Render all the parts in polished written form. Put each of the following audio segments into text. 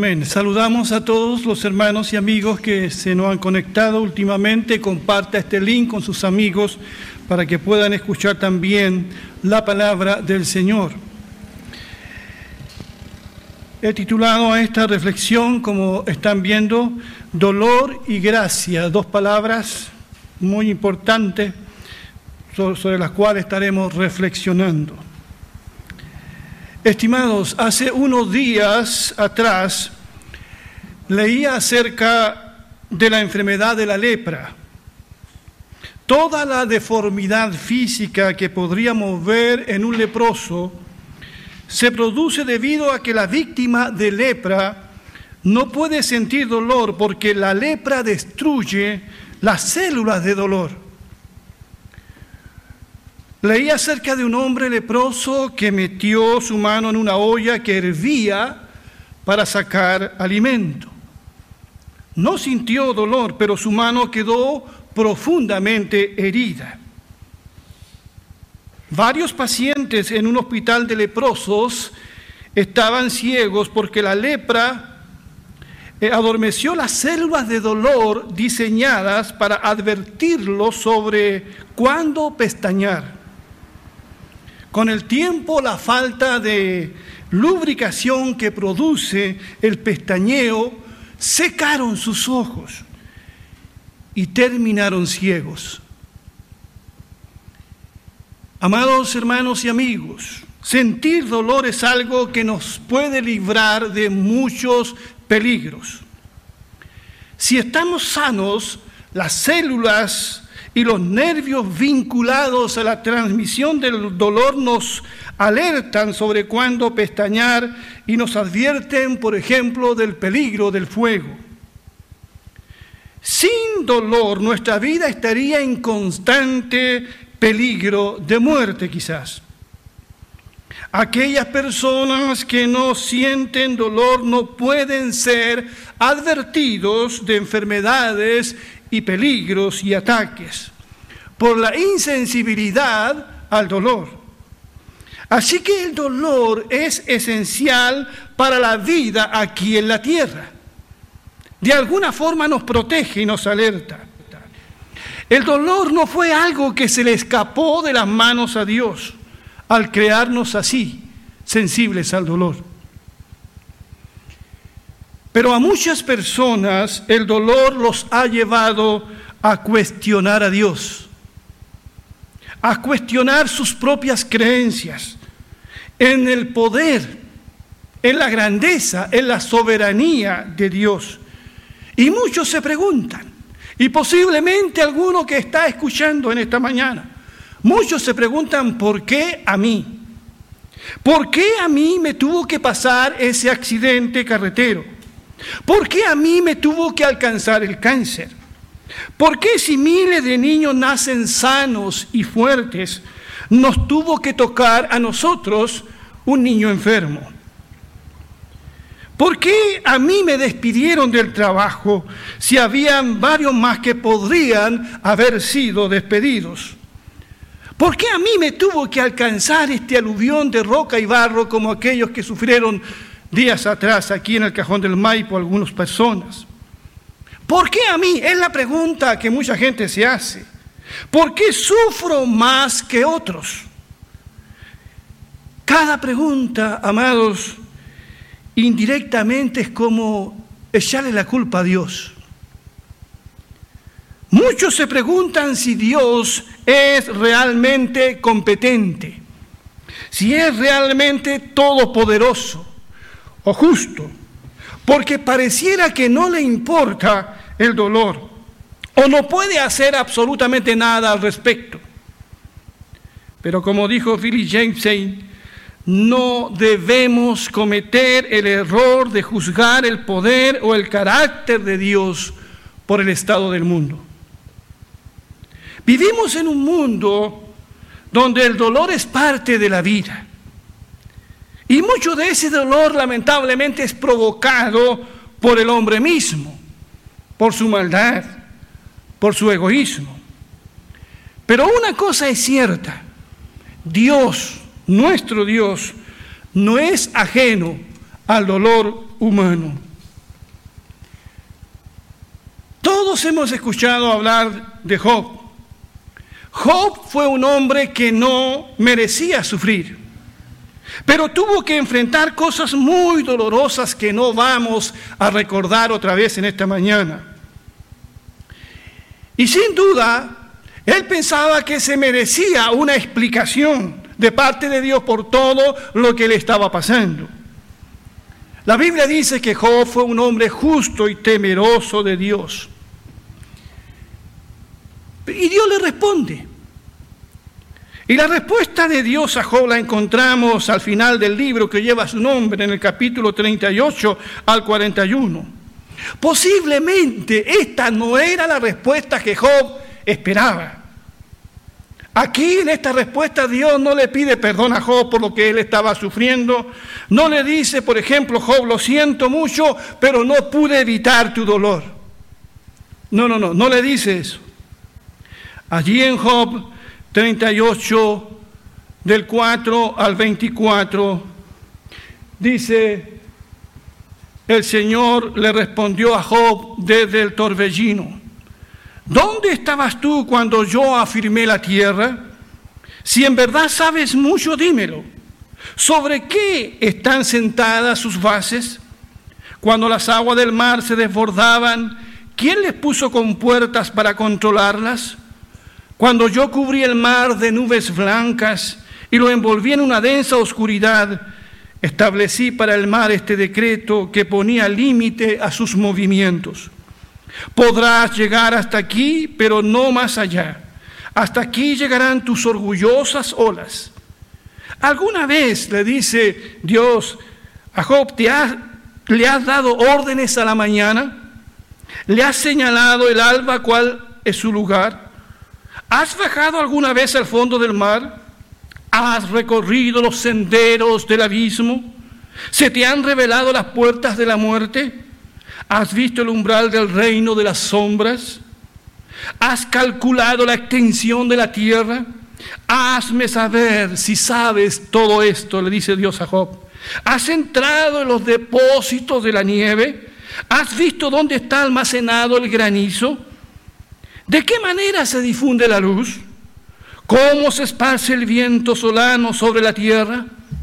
Amén. Saludamos a todos los hermanos y amigos que se nos han conectado últimamente. Comparta este link con sus amigos para que puedan escuchar también la palabra del Señor. He titulado a esta reflexión, como están viendo, dolor y gracia, dos palabras muy importantes sobre las cuales estaremos reflexionando. Estimados, hace unos días atrás leía acerca de la enfermedad de la lepra. Toda la deformidad física que podríamos ver en un leproso se produce debido a que la víctima de lepra no puede sentir dolor porque la lepra destruye las células de dolor. Leí acerca de un hombre leproso que metió su mano en una olla que hervía para sacar alimento. No sintió dolor, pero su mano quedó profundamente herida. Varios pacientes en un hospital de leprosos estaban ciegos porque la lepra adormeció las células de dolor diseñadas para advertirlos sobre cuándo pestañear. Con el tiempo, la falta de lubricación que produce el pestañeo secaron sus ojos y terminaron ciegos. Amados hermanos y amigos, sentir dolor es algo que nos puede librar de muchos peligros. Si estamos sanos, las células y los nervios vinculados a la transmisión del dolor nos alertan sobre cuándo pestañear y nos advierten, por ejemplo, del peligro del fuego. Sin dolor, nuestra vida estaría en constante peligro de muerte, quizás. Aquellas personas que no sienten dolor no pueden ser advertidos de enfermedades y peligros y ataques por la insensibilidad al dolor. Así que el dolor es esencial para la vida aquí en la tierra. De alguna forma nos protege y nos alerta. El dolor no fue algo que se le escapó de las manos a Dios al crearnos así, sensibles al dolor. Pero a muchas personas el dolor los ha llevado a cuestionar a Dios, a cuestionar sus propias creencias en el poder, en la grandeza, en la soberanía de Dios. Y muchos se preguntan, y posiblemente alguno que está escuchando en esta mañana, muchos se preguntan, ¿por qué a mí? ¿Por qué a mí me tuvo que pasar ese accidente carretero? ¿Por qué a mí me tuvo que alcanzar el cáncer? ¿Por qué si miles de niños nacen sanos y fuertes, nos tuvo que tocar a nosotros un niño enfermo? ¿Por qué a mí me despidieron del trabajo si habían varios más que podrían haber sido despedidos? ¿Por qué a mí me tuvo que alcanzar este aluvión de roca y barro como aquellos que sufrieron días atrás aquí en el Cajón del Maipo algunas personas? ¿Por qué a mí? Es la pregunta que mucha gente se hace. ¿Por qué sufro más que otros? Cada pregunta, amados, indirectamente es como echarle la culpa a Dios. Muchos se preguntan si Dios es realmente competente, si es realmente todopoderoso o justo, porque pareciera que no le importa el dolor o no puede hacer absolutamente nada al respecto. Pero como dijo Billy James, no debemos cometer el error de juzgar el poder o el carácter de Dios por el estado del mundo. Vivimos en un mundo donde el dolor es parte de la vida. Y mucho de ese dolor lamentablemente es provocado por el hombre mismo, por su maldad, por su egoísmo. Pero una cosa es cierta, Dios, nuestro Dios, no es ajeno al dolor humano. Todos hemos escuchado hablar de Job. Job fue un hombre que no merecía sufrir, pero tuvo que enfrentar cosas muy dolorosas que no vamos a recordar otra vez en esta mañana. Y sin duda, él pensaba que se merecía una explicación de parte de Dios por todo lo que le estaba pasando. La Biblia dice que Job fue un hombre justo y temeroso de Dios. Y Dios le responde. Y la respuesta de Dios a Job la encontramos al final del libro que lleva su nombre, en el capítulo 38 al 41. Posiblemente esta no era la respuesta que Job esperaba. Aquí en esta respuesta Dios no le pide perdón a Job por lo que él estaba sufriendo. No le dice, por ejemplo, Job, lo siento mucho, pero no pude evitar tu dolor. No le dice eso. Allí en Job 38, del 4 al 24, dice, el Señor le respondió a Job desde el torbellino: ¿dónde estabas tú cuando yo afirmé la tierra? Si en verdad sabes mucho, dímelo. ¿Sobre qué están sentadas sus bases? Cuando las aguas del mar se desbordaban, ¿quién les puso compuertas para controlarlas? Cuando yo cubrí el mar de nubes blancas y lo envolví en una densa oscuridad, establecí para el mar este decreto que ponía límite a sus movimientos. Podrás llegar hasta aquí, pero no más allá. Hasta aquí llegarán tus orgullosas olas. ¿Alguna vez, le dice Dios a Job, le has dado órdenes a la mañana? ¿Le has señalado el alba cuál es su lugar? ¿Has bajado alguna vez al fondo del mar? ¿Has recorrido los senderos del abismo? ¿Se te han revelado las puertas de la muerte? ¿Has visto el umbral del reino de las sombras? ¿Has calculado la extensión de la tierra? Hazme saber si sabes todo esto, le dice Dios a Job. ¿Has entrado en los depósitos de la nieve? ¿Has visto dónde está almacenado el granizo? ¿De qué manera se difunde la luz? ¿Cómo se esparce el viento solano sobre la tierra?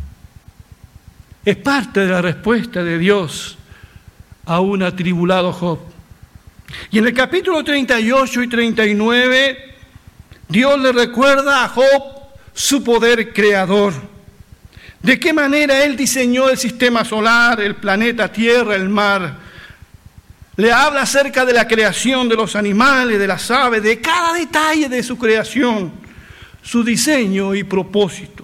Es parte de la respuesta de Dios a un atribulado Job. Y en el capítulo 38 y 39, Dios le recuerda a Job su poder creador. De qué manera Él diseñó el sistema solar, el planeta Tierra, el mar. Le habla acerca de la creación de los animales, de las aves, de cada detalle de su creación, su diseño y propósito.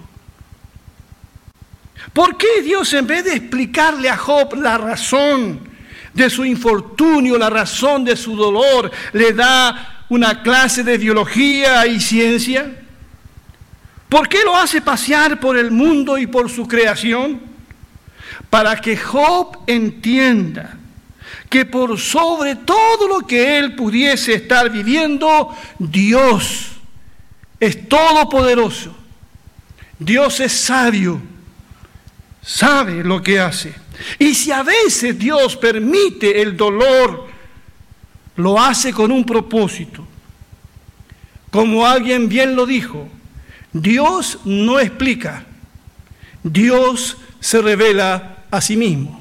¿Por qué Dios, en vez de explicarle a Job la razón de su infortunio, la razón de su dolor, le da una clase de biología y ciencia? ¿Por qué lo hace pasear por el mundo y por su creación? Para que Job entienda que por sobre todo lo que él pudiese estar viviendo, Dios es todopoderoso. Dios es sabio, sabe lo que hace. Y si a veces Dios permite el dolor, lo hace con un propósito. Como alguien bien lo dijo, Dios no explica, Dios se revela a sí mismo.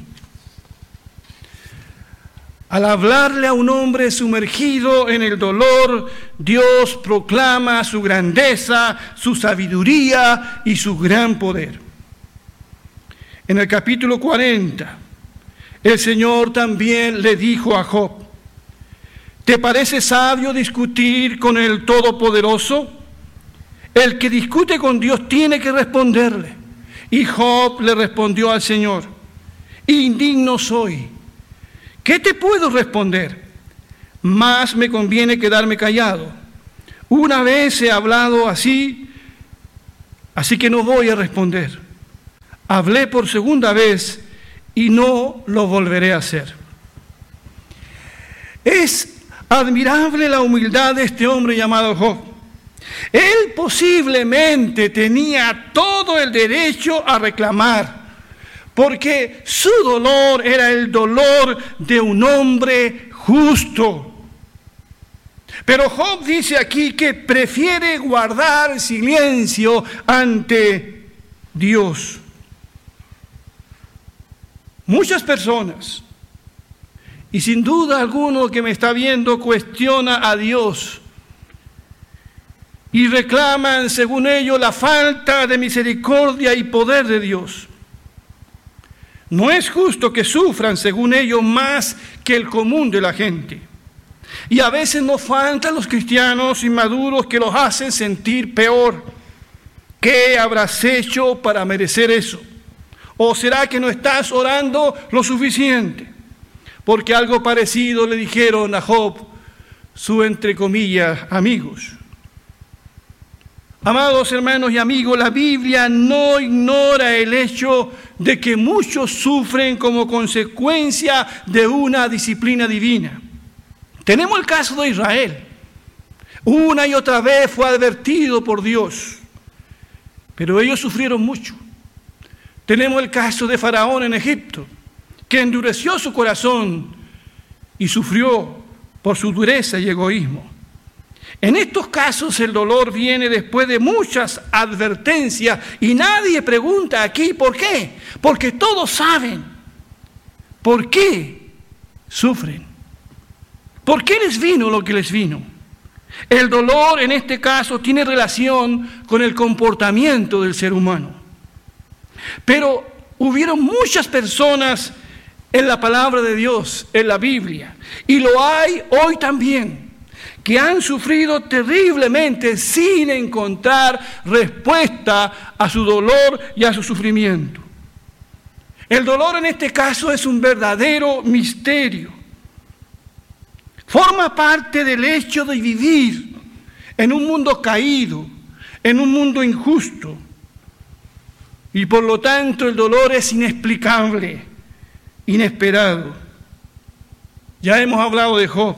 Al hablarle a un hombre sumergido en el dolor, Dios proclama su grandeza, su sabiduría y su gran poder. En el capítulo 40, el Señor también le dijo a Job: ¿te parece sabio discutir con el Todopoderoso? El que discute con Dios tiene que responderle. Y Job le respondió al Señor: indigno soy. ¿Qué te puedo responder? Más me conviene quedarme callado. Una vez he hablado así que no voy a responder. Hablé por segunda vez y no lo volveré a hacer. Es admirable la humildad de este hombre llamado Job. Él posiblemente tenía todo el derecho a reclamar, porque su dolor era el dolor de un hombre justo. Pero Job dice aquí que prefiere guardar silencio ante Dios. Muchas personas, y sin duda alguno que me está viendo, cuestiona a Dios y reclaman, según ellos, la falta de misericordia y poder de Dios. No es justo que sufran, según ellos, más que el común de la gente. Y a veces nos faltan los cristianos inmaduros que los hacen sentir peor. ¿Qué habrás hecho para merecer eso? ¿O será que no estás orando lo suficiente? Porque algo parecido le dijeron a Job, su entre comillas amigos. Amados hermanos y amigos, la Biblia no ignora el hecho de que muchos sufren como consecuencia de una disciplina divina. Tenemos el caso de Israel. Una y otra vez fue advertido por Dios, pero ellos sufrieron mucho. Tenemos el caso de Faraón en Egipto, que endureció su corazón y sufrió por su dureza y egoísmo. En estos casos el dolor viene después de muchas advertencias y nadie pregunta aquí ¿por qué? Porque todos saben por qué sufren. ¿Por qué les vino lo que les vino? El dolor en este caso tiene relación con el comportamiento del ser humano. Pero hubieron muchas personas en la palabra de Dios, en la Biblia, y lo hay hoy también, que han sufrido terriblemente sin encontrar respuesta a su dolor y a su sufrimiento. El dolor en este caso es un verdadero misterio. Forma parte del hecho de vivir en un mundo caído, en un mundo injusto. Y por lo tanto el dolor es inexplicable, inesperado. Ya hemos hablado de Job.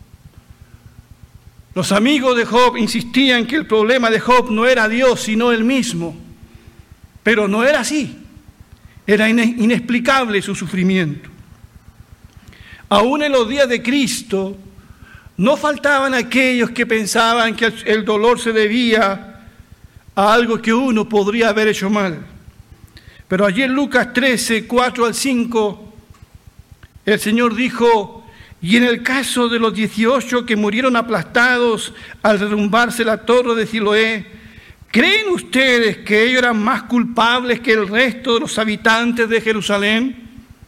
Los amigos de Job insistían que el problema de Job no era Dios, sino él mismo. Pero no era así. Era inexplicable su sufrimiento. Aún en los días de Cristo, no faltaban aquellos que pensaban que el dolor se debía a algo que uno podría haber hecho mal. Pero allí en Lucas 13, 4 al 5, el Señor dijo: y en el caso de los 18 que murieron aplastados al derrumbarse la torre de Siloé, ¿creen ustedes que ellos eran más culpables que el resto de los habitantes de Jerusalén?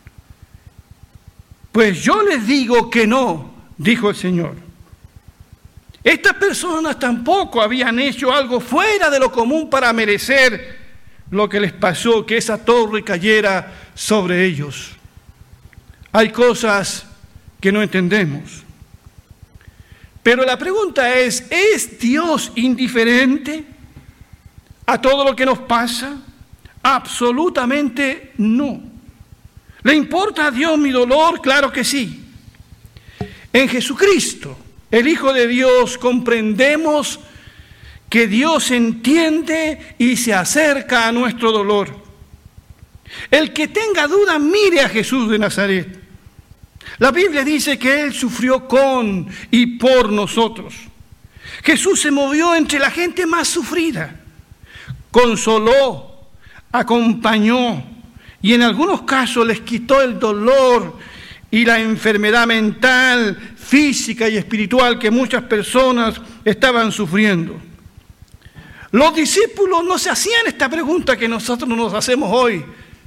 Pues yo les digo que no, dijo el Señor. Estas personas tampoco habían hecho algo fuera de lo común para merecer lo que les pasó, que esa torre cayera sobre ellos. Hay cosas que no entendemos. Pero la pregunta ¿es Dios indiferente a todo lo que nos pasa? Absolutamente no. ¿Le importa a Dios mi dolor? Claro que sí. En Jesucristo, el Hijo de Dios, comprendemos que Dios entiende y se acerca a nuestro dolor. El que tenga duda, mire a Jesús de Nazaret. La Biblia dice que Él sufrió con y por nosotros. Jesús se movió entre la gente más sufrida, consoló, acompañó y en algunos casos les quitó el dolor y la enfermedad mental, física y espiritual que muchas personas estaban sufriendo. Los discípulos no se hacían esta pregunta que nosotros nos hacemos hoy.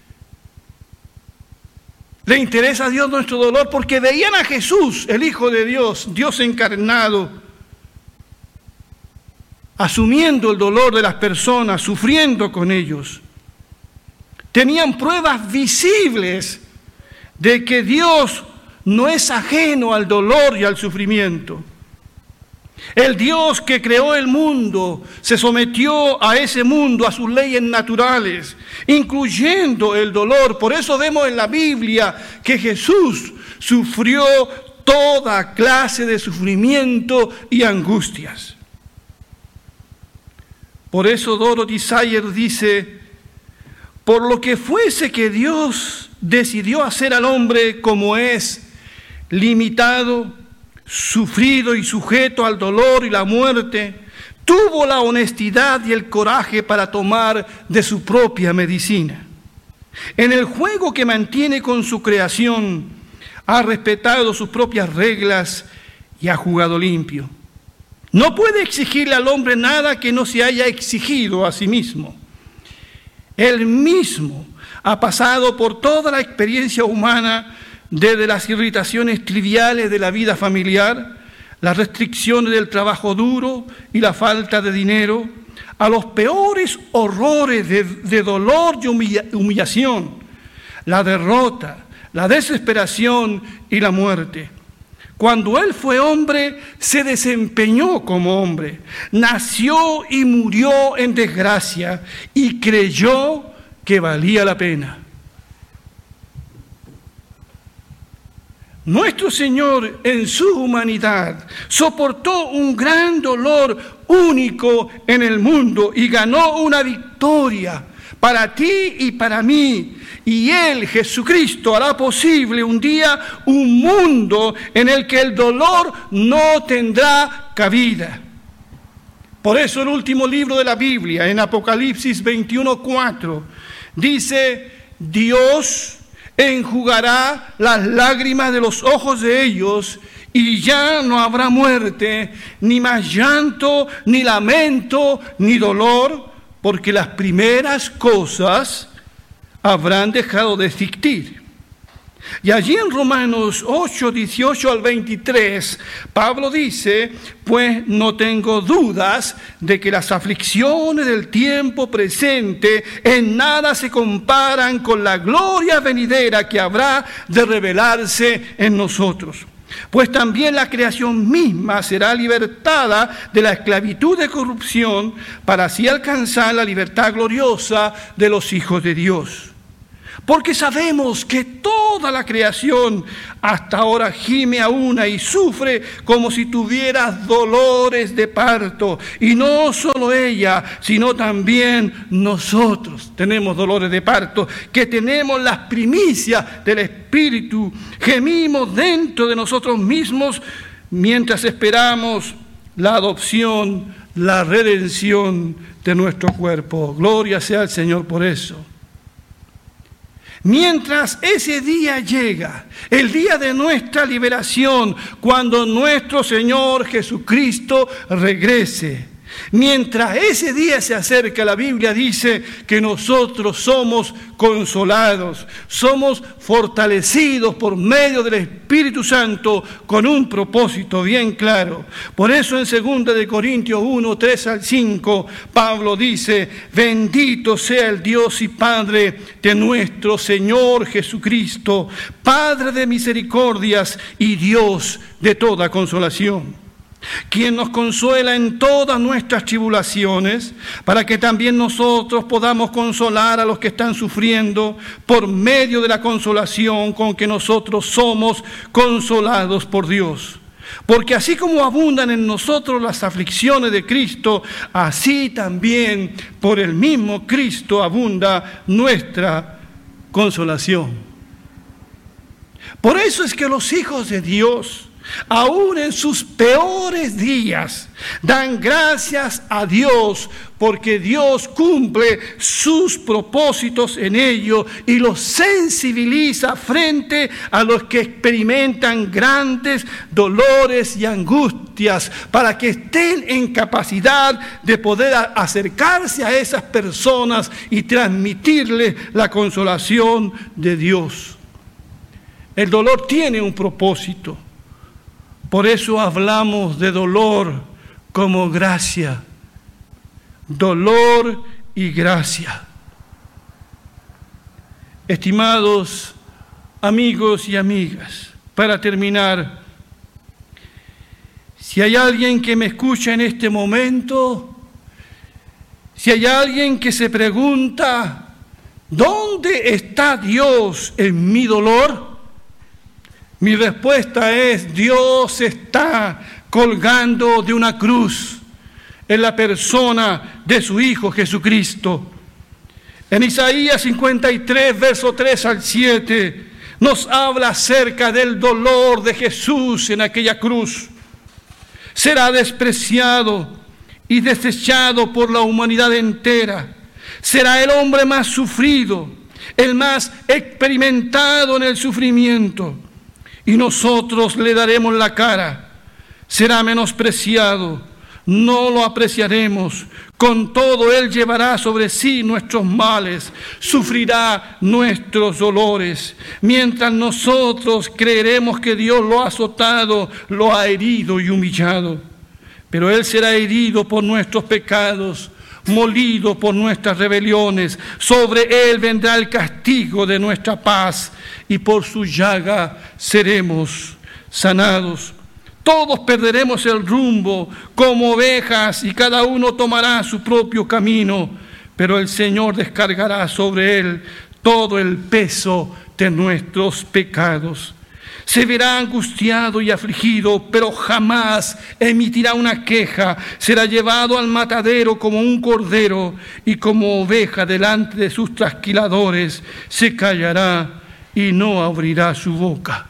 ¿Le interesa a Dios nuestro dolor? Porque veían a Jesús, el Hijo de Dios, Dios encarnado, asumiendo el dolor de las personas, sufriendo con ellos. Tenían pruebas visibles de que Dios no es ajeno al dolor y al sufrimiento. El Dios que creó el mundo se sometió a ese mundo, a sus leyes naturales, incluyendo el dolor. Por eso vemos en la Biblia que Jesús sufrió toda clase de sufrimiento y angustias. Por eso Dorothy Sayers dice: por lo que fuese que Dios decidió hacer al hombre como es, limitado, sufrido y sujeto al dolor y la muerte, tuvo la honestidad y el coraje para tomar de su propia medicina. En el juego que mantiene con su creación, ha respetado sus propias reglas y ha jugado limpio. No puede exigirle al hombre nada que no se haya exigido a sí mismo. Él mismo ha pasado por toda la experiencia humana, desde las irritaciones triviales de la vida familiar, las restricciones del trabajo duro y la falta de dinero, a los peores horrores de dolor y humillación, la derrota, la desesperación y la muerte. Cuando Él fue hombre, se desempeñó como hombre, nació y murió en desgracia y creyó que valía la pena. Nuestro Señor, en su humanidad, soportó un gran dolor único en el mundo y ganó una victoria para ti y para mí. Y Él, Jesucristo, hará posible un día un mundo en el que el dolor no tendrá cabida. Por eso el último libro de la Biblia, en Apocalipsis 21:4, dice: Dios enjugará las lágrimas de los ojos de ellos, y ya no habrá muerte, ni más llanto, ni lamento, ni dolor, porque las primeras cosas habrán dejado de existir. Y allí en Romanos 8, 18 al 23, Pablo dice: pues no tengo dudas de que las aflicciones del tiempo presente en nada se comparan con la gloria venidera que habrá de revelarse en nosotros. Pues también la creación misma será libertada de la esclavitud de corrupción, para así alcanzar la libertad gloriosa de los hijos de Dios. Porque sabemos que toda la creación hasta ahora gime a una y sufre como si tuviera dolores de parto. Y no solo ella, sino también nosotros tenemos dolores de parto, que tenemos las primicias del Espíritu. Gemimos dentro de nosotros mismos mientras esperamos la adopción, la redención de nuestro cuerpo. Gloria sea al Señor por eso. Mientras ese día llega, el día de nuestra liberación, cuando nuestro Señor Jesucristo regrese, mientras ese día se acerca, la Biblia dice que nosotros somos consolados, somos fortalecidos por medio del Espíritu Santo con un propósito bien claro. Por eso en 2 de Corintios 1, 3 al 5, Pablo dice: bendito sea el Dios y Padre de nuestro Señor Jesucristo, Padre de misericordias y Dios de toda consolación, quien nos consuela en todas nuestras tribulaciones, para que también nosotros podamos consolar a los que están sufriendo por medio de la consolación con que nosotros somos consolados por Dios. Porque así como abundan en nosotros las aflicciones de Cristo, así también por el mismo Cristo abunda nuestra consolación. Por eso es que los hijos de Dios, aún en sus peores días, dan gracias a Dios, porque Dios cumple sus propósitos en ellos y los sensibiliza frente a los que experimentan grandes dolores y angustias, para que estén en capacidad de poder acercarse a esas personas y transmitirles la consolación de Dios. El dolor tiene un propósito. Por eso hablamos de dolor como gracia. Dolor y gracia. Estimados amigos y amigas, para terminar, si hay alguien que me escucha en este momento, si hay alguien que se pregunta: ¿dónde está Dios en mi dolor? Mi respuesta es: Dios está colgando de una cruz en la persona de su Hijo Jesucristo. En Isaías 53, verso 3 al 7, nos habla acerca del dolor de Jesús en aquella cruz. Será despreciado y desechado por la humanidad entera. Será el hombre más sufrido, el más experimentado en el sufrimiento. Y nosotros le daremos la cara. Será menospreciado, no lo apreciaremos. Con todo, Él llevará sobre sí nuestros males, sufrirá nuestros dolores. Mientras nosotros creeremos que Dios lo ha azotado, lo ha herido y humillado. Pero Él será herido por nuestros pecados, molido por nuestras rebeliones. Sobre Él vendrá el castigo de nuestra paz, y por su llaga seremos sanados. Todos perderemos el rumbo como ovejas, y cada uno tomará su propio camino, pero el Señor descargará sobre Él todo el peso de nuestros pecados. Se verá angustiado y afligido, pero jamás emitirá una queja. Será llevado al matadero como un cordero, y como oveja delante de sus trasquiladores se callará y no abrirá su boca.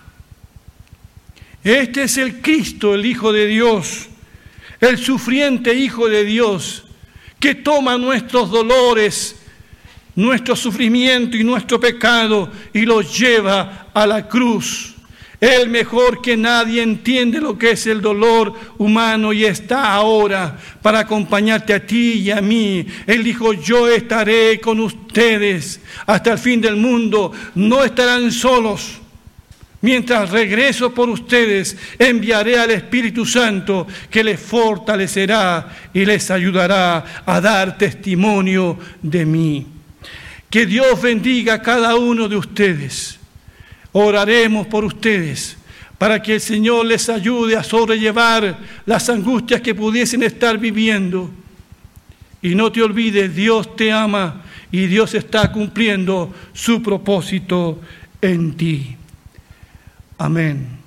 Este es el Cristo, el Hijo de Dios, el sufriente Hijo de Dios, que toma nuestros dolores, nuestro sufrimiento y nuestro pecado y los lleva a la cruz. Él mejor que nadie entiende lo que es el dolor humano y está ahora para acompañarte a ti y a mí. Él dijo: yo estaré con ustedes hasta el fin del mundo. No estarán solos. Mientras regreso por ustedes, enviaré al Espíritu Santo, que les fortalecerá y les ayudará a dar testimonio de mí. Que Dios bendiga a cada uno de ustedes. Oraremos por ustedes para que el Señor les ayude a sobrellevar las angustias que pudiesen estar viviendo. Y no te olvides, Dios te ama y Dios está cumpliendo su propósito en ti. Amén.